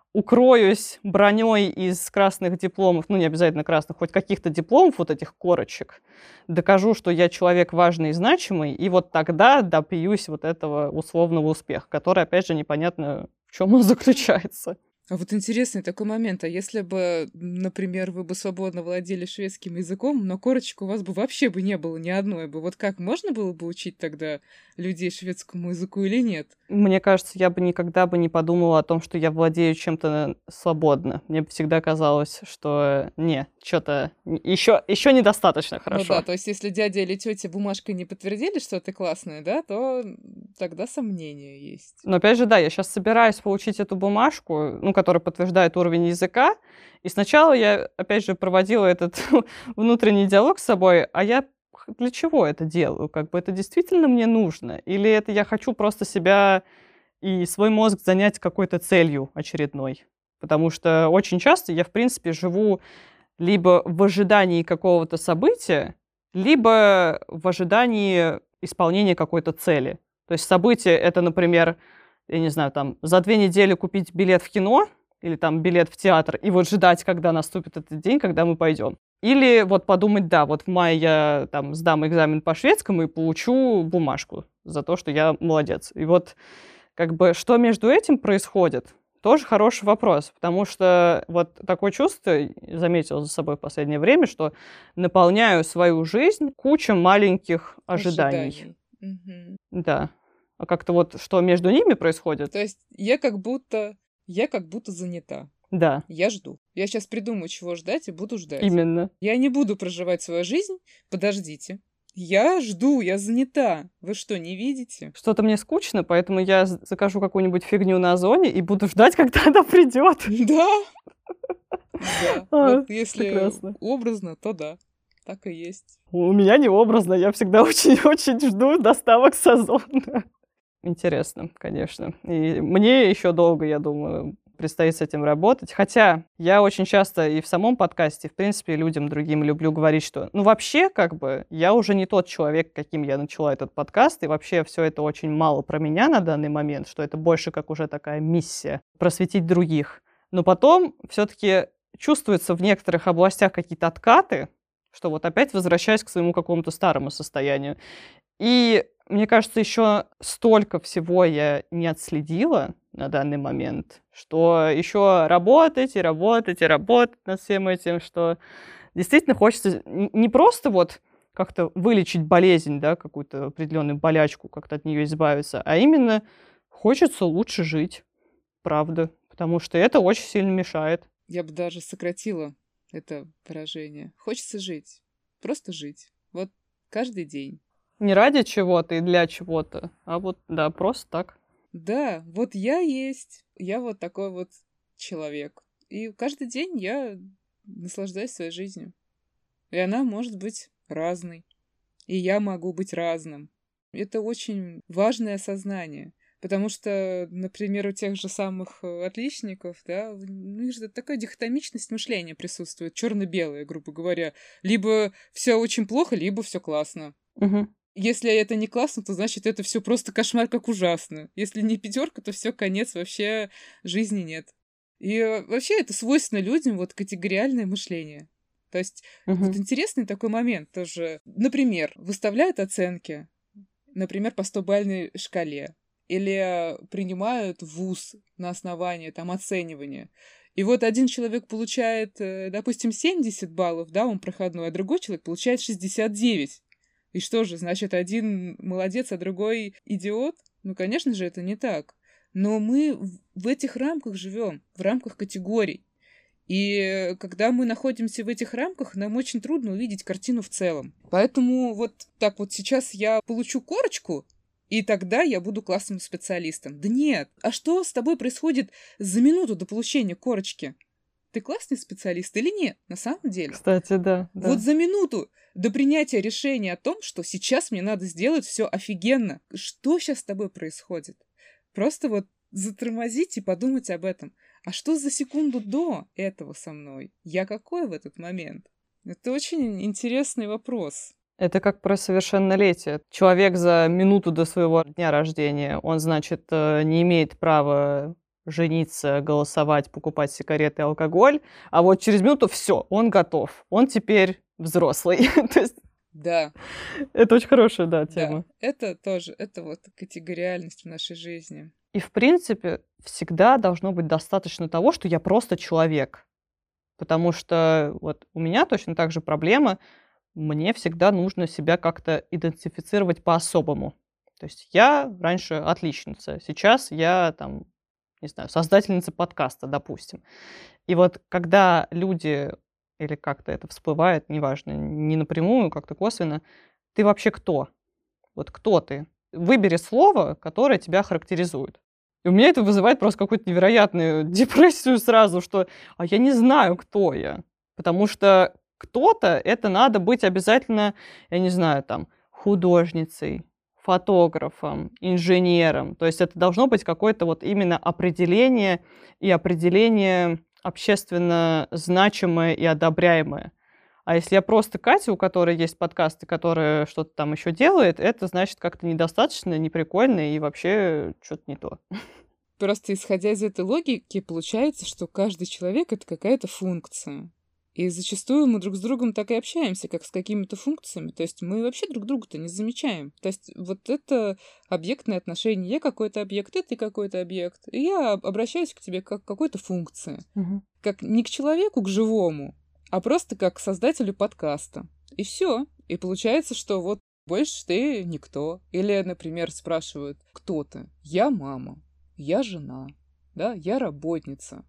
S1: укроюсь броней из красных дипломов, ну, не обязательно красных, хоть каких-то дипломов, вот этих корочек, докажу, что я человек важный и значимый, и вот тогда добьюсь вот этого условного успеха, который, опять же, непонятно, в чем он заключается.
S2: А вот интересный такой момент. А если бы, например, вы бы свободно владели шведским языком, но корочек у вас бы вообще бы не было ни одной бы, вот как можно было бы учить тогда людей шведскому языку или нет?
S1: Мне кажется, я бы никогда бы не подумала о том, что я владею чем-то свободно. Мне всегда казалось, что не, что-то еще недостаточно хорошо.
S2: Ну да, то есть если дядя или тетя бумажкой не подтвердили, что ты классная, да, то тогда сомнения есть.
S1: Но опять же, да, я сейчас собираюсь получить эту бумажку, ну, которая подтверждает уровень языка, и сначала я, опять же, проводила этот внутренний диалог с собой, а я для чего это делаю? Как бы это действительно мне нужно? Или это я хочу просто себя и свой мозг занять какой-то целью очередной? Потому что очень часто я, в принципе, живу либо в ожидании какого-то события, либо в ожидании исполнения какой-то цели. То есть событие — это, например, я не знаю, там, за 2 недели купить билет в кино или там билет в театр и вот ждать, когда наступит этот день, когда мы пойдем. Или вот подумать, да, вот в мае я там сдам экзамен по шведскому и получу бумажку за то, что я молодец. И вот как бы что между этим происходит, тоже хороший вопрос, потому что вот такое чувство, заметила за собой в последнее время, что наполняю свою жизнь кучей маленьких ожиданий.
S2: Угу.
S1: Да. А как-то вот что между ними происходит?
S2: То есть я как будто занята.
S1: Да,
S2: Я жду. Я сейчас придумаю, чего ждать, и буду ждать.
S1: именно.
S2: Я не буду проживать свою жизнь. Подождите. Я жду, я занята. Вы что, не видите?
S1: Что-то мне скучно, поэтому я закажу какую-нибудь фигню на Озоне и буду ждать, когда она придет.
S2: Да. Да.
S1: А,
S2: Вот если
S1: прекрасно.
S2: образно, то да. Так и есть.
S1: У меня не образно, я всегда очень-очень жду доставок с Озона. Интересно, конечно. И мне еще долго, я думаю, предстоит с этим работать. Хотя я очень часто и в самом подкасте, в принципе, людям другим люблю говорить, что, ну, вообще, как бы, я уже не тот человек, каким я начала этот подкаст, и вообще все это очень мало про меня на данный момент, что это больше как уже такая миссия просветить других. Но потом все-таки чувствуются в некоторых областях какие-то откаты, что вот опять возвращаюсь к своему какому-то старому состоянию. И мне кажется, еще столько всего я не отследила на данный момент, что еще работать и работать и работать над всем этим, что действительно хочется не просто вот как-то вылечить болезнь, да, какую-то определенную болячку, как-то от нее избавиться, а именно хочется лучше жить, правда, потому что это очень сильно мешает.
S2: Я бы даже сократила это выражение. Хочется жить. Просто жить. Вот каждый день.
S1: Не ради чего-то и для чего-то, а вот, да, просто так.
S2: Да, вот я есть. Я вот такой вот человек. И каждый день я наслаждаюсь своей жизнью. И она может быть разной. И я могу быть разным. Это очень важное осознание. Потому что, например, у тех же самых отличников, да, у них же такая дихотомичность мышления присутствует, черно-белое, грубо говоря. Либо все очень плохо, либо все классно.
S1: Угу.
S2: Если это не классно, то значит это все просто кошмар, как ужасно. Если не пятерка, то все конец, вообще жизни нет. И вообще это свойственно людям, вот категориальное мышление. То есть вот интересный такой момент тоже. Например, выставляют оценки, например, по 100-бальной шкале. Или принимают в вуз на основании там оценивания. И вот один человек получает, допустим, 70 баллов, да, он проходной, а другой человек получает 69. И что же, значит, один молодец, а другой идиот? Ну, конечно же, это не так. Но мы в этих рамках живем, в рамках категорий. И когда мы находимся в этих рамках, нам очень трудно увидеть картину в целом. Поэтому вот так вот сейчас я получу корочку, и тогда я буду классным специалистом. Да нет. А что с тобой происходит за минуту до получения корочки? Ты классный специалист или нет, на самом деле?
S1: Кстати, да.
S2: Вот за минуту до принятия решения о том, что сейчас мне надо сделать все офигенно. Что сейчас с тобой происходит? Просто вот затормозить и подумать об этом. А что за секунду до этого со мной? Я какой в этот момент? Это очень интересный вопрос.
S1: Это как про совершеннолетие. Человек за минуту до своего дня рождения, он, значит, не имеет права жениться, голосовать, покупать сигареты и алкоголь, а вот через минуту все, он готов. Он теперь взрослый. То есть
S2: Да,
S1: это очень хорошая, да,
S2: да.
S1: тема.
S2: Это тоже, это вот категориальность в нашей жизни.
S1: И, в принципе, всегда должно быть достаточно того, что я просто человек. Потому что вот у меня точно так же проблема, мне всегда нужно себя как-то идентифицировать по-особому. То есть я раньше отличница, сейчас я там, не знаю, создательница подкаста, допустим. И вот когда люди, или как-то это всплывает, неважно, не напрямую, как-то косвенно, ты вообще кто? Вот кто ты? Выбери слово, которое тебя характеризует. И у меня это вызывает просто какую-то невероятную депрессию сразу, что а я не знаю, кто я. Потому что кто-то, это надо быть обязательно, я не знаю, там, художницей, фотографом, инженером. То есть это должно быть какое-то вот именно определение и определение общественно значимое и одобряемое. А если я просто Катя, у которой есть подкасты, которая что-то там еще делает, это значит как-то недостаточно, неприкольно и вообще что-то не то.
S2: Просто исходя из этой логики, получается, что каждый человек — это какая-то функция. И зачастую мы друг с другом так и общаемся, как с какими-то функциями. То есть мы вообще друг друга-то не замечаем. То есть вот это объектное отношение. Я какой-то объект, и ты какой-то объект. И я обращаюсь к тебе как к какой-то функции. Как не к человеку, к живому, а просто как к создателю подкаста. И все. И получается, что вот больше ты никто. Или, например, спрашивают, кто ты? Я мама, я жена, да, я работница.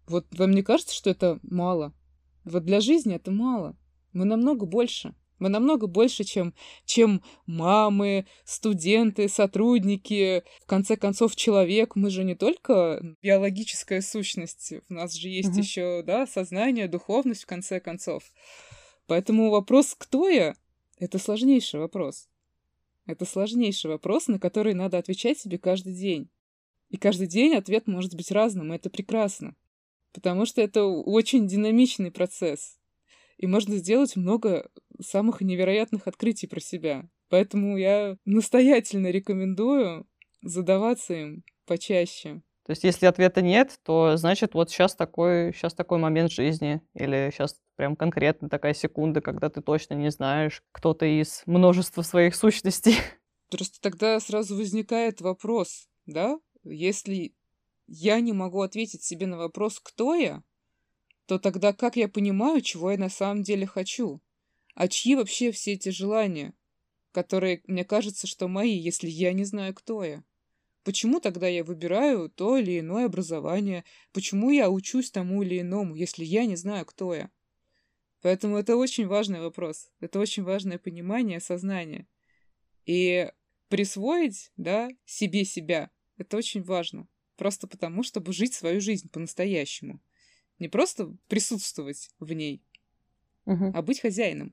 S2: Вот вам не кажется, что это мало? Вот для жизни это мало. Мы намного больше. Мы намного больше, чем мамы, студенты, сотрудники. В конце концов, человек. Мы же не только биологическая сущность. У нас же есть
S1: Мгм.
S2: еще, да, сознание, духовность, в конце концов. Поэтому вопрос «кто я?» — это сложнейший вопрос. Это сложнейший вопрос, на который надо отвечать себе каждый день. И каждый день ответ может быть разным, и это прекрасно. Потому что это очень динамичный процесс. И можно сделать много самых невероятных открытий про себя. Поэтому я настоятельно рекомендую задаваться им почаще.
S1: То есть, если ответа нет, то значит, вот сейчас такой момент жизни, или сейчас прям конкретно такая секунда, когда ты точно не знаешь, кто ты из множества своих сущностей.
S2: Просто тогда сразу возникает вопрос, да? Если я не могу ответить себе на вопрос «кто я?», то тогда как я понимаю, чего я на самом деле хочу? А чьи вообще все эти желания, которые, мне кажется, что мои, если я не знаю, кто я? Почему тогда я выбираю то или иное образование? Почему я учусь тому или иному, если я не знаю, кто я? Поэтому это очень важный вопрос. Это очень важное понимание, осознание. И присвоить, да, себе себя, это очень важно. Просто потому, чтобы жить свою жизнь по-настоящему. Не просто присутствовать в ней,
S1: Мгм.
S2: а быть хозяином.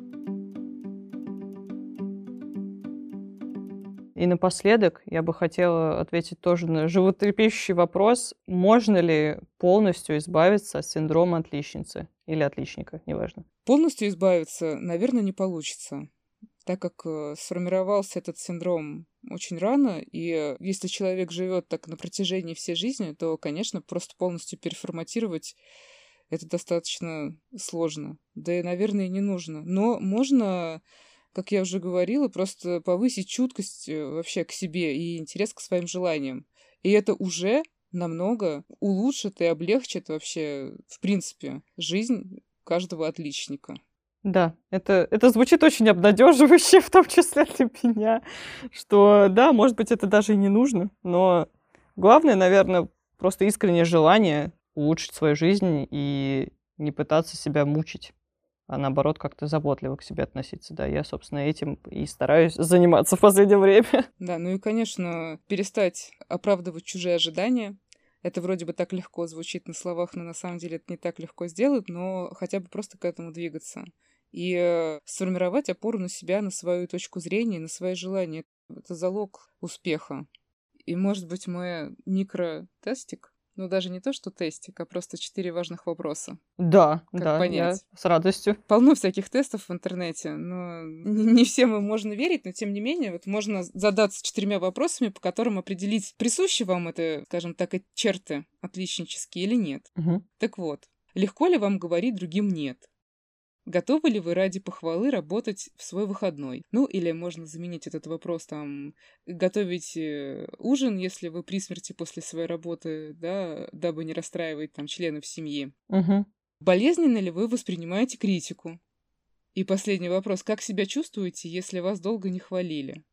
S1: И напоследок я бы хотела ответить тоже на животрепещущий вопрос: можно ли полностью избавиться от синдрома отличницы или отличника, неважно.
S2: Полностью избавиться, наверное, не получится, так как сформировался этот синдром очень рано, и если человек живет так на протяжении всей жизни, то, конечно, просто полностью переформатировать это достаточно сложно. Да и, наверное, и не нужно. Но можно, как я уже говорила, просто повысить чуткость вообще к себе и интерес к своим желаниям. И это уже намного улучшит и облегчит вообще, в принципе, жизнь каждого отличника.
S1: Да, это звучит очень обнадеживающе, в том числе для меня, что да, может быть, это даже и не нужно, но главное, наверное, просто искреннее желание улучшить свою жизнь и не пытаться себя мучить, а наоборот как-то заботливо к себе относиться. Да, я, собственно, этим и стараюсь заниматься в последнее время.
S2: Да, ну и, конечно, перестать оправдывать чужие ожидания. Это вроде бы так легко звучит на словах, но на самом деле это не так легко сделать, но хотя бы просто к этому двигаться. И сформировать опору на себя, на свою точку зрения, на свои желания. Это залог успеха. И, может быть, мой микротестик, ну даже не то, что тестик, а просто 4 важных вопроса.
S1: Да,
S2: Как
S1: да, я
S2: понять?
S1: с радостью.
S2: Полно всяких тестов в интернете, но не всем им можно верить, но тем не менее, вот можно задаться 4 вопросами, по которым определить, присущи вам это, скажем так, черты отличнические или нет.
S1: Мгм.
S2: Так вот, легко ли вам говорить другим «нет»? Готовы ли вы ради похвалы работать в свой выходной? Ну, или можно заменить этот вопрос там, готовить ужин, если вы при смерти после своей работы, да, дабы не расстраивать там членов семьи.
S1: Мгм.
S2: Болезненно ли вы воспринимаете критику? И последний вопрос. Как себя чувствуете, если вас долго не хвалили?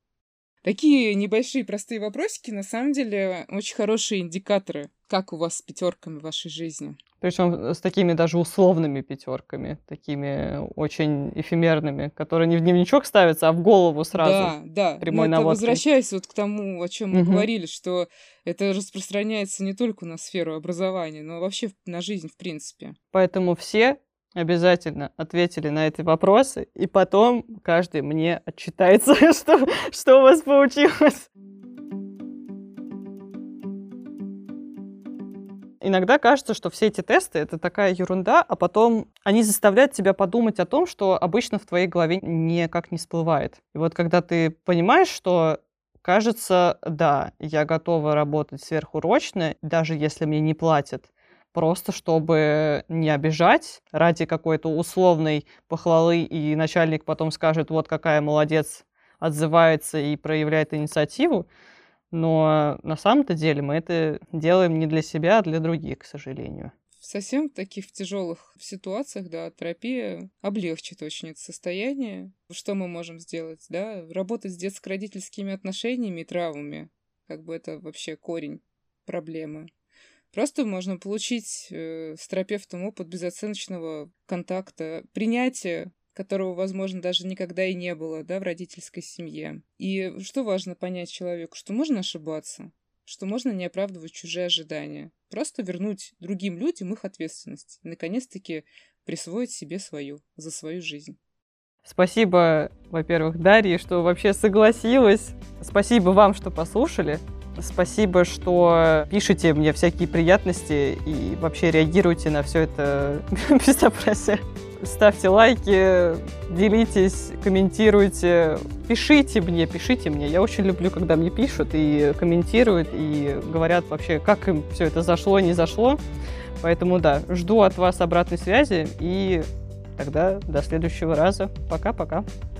S2: Такие небольшие простые вопросики, на самом деле, очень хорошие индикаторы, как у вас с пятерками в вашей жизни.
S1: Причем с такими даже условными пятерками, такими очень эфемерными, которые не в дневничок ставятся, а в голову сразу
S2: Да, да. Но
S1: прямой
S2: это
S1: наводкой.
S2: возвращаясь вот к тому, о чем мы
S1: Мгм.
S2: говорили, что это распространяется не только на сферу образования, но вообще на жизнь в принципе.
S1: Поэтому все обязательно ответили на эти вопросы, и потом каждый мне отчитается, что у вас получилось. Иногда кажется, что все эти тесты — это такая ерунда, а потом они заставляют тебя подумать о том, что обычно в твоей голове никак не всплывает. И вот когда ты понимаешь, что, кажется, да, я готова работать сверхурочно, даже если мне не платят, просто чтобы не обижать ради какой-то условной похвалы, и начальник потом скажет: «Вот какая молодец», отзывается и проявляет инициативу. Но на самом-то деле мы это делаем не для себя, а для других, к сожалению.
S2: Совсем в таких тяжелых ситуациях, да, терапия облегчит очень это состояние. Что мы можем сделать, да? Работать с детско-родительскими отношениями и травмами. Как бы это вообще корень проблемы. Просто можно получить с терапевтом опыт безоценочного контакта, принятия, которого, возможно, даже никогда и не было, да, в родительской семье. И что важно понять человеку, что можно ошибаться, что можно не оправдывать чужие ожидания, просто вернуть другим людям их ответственность и, наконец-таки, присвоить себе свою, за свою жизнь.
S1: Спасибо, во-первых, Дарье, что вообще согласилась. Спасибо вам, что послушали. Спасибо, что пишете мне всякие приятности и вообще реагируете на все это безобразие. Ставьте лайки, делитесь, комментируйте. Пишите мне. Я очень люблю, когда мне пишут и комментируют, и говорят вообще, как им все это зашло, не зашло. Поэтому да, жду от вас обратной связи, и тогда до следующего раза. Пока-пока.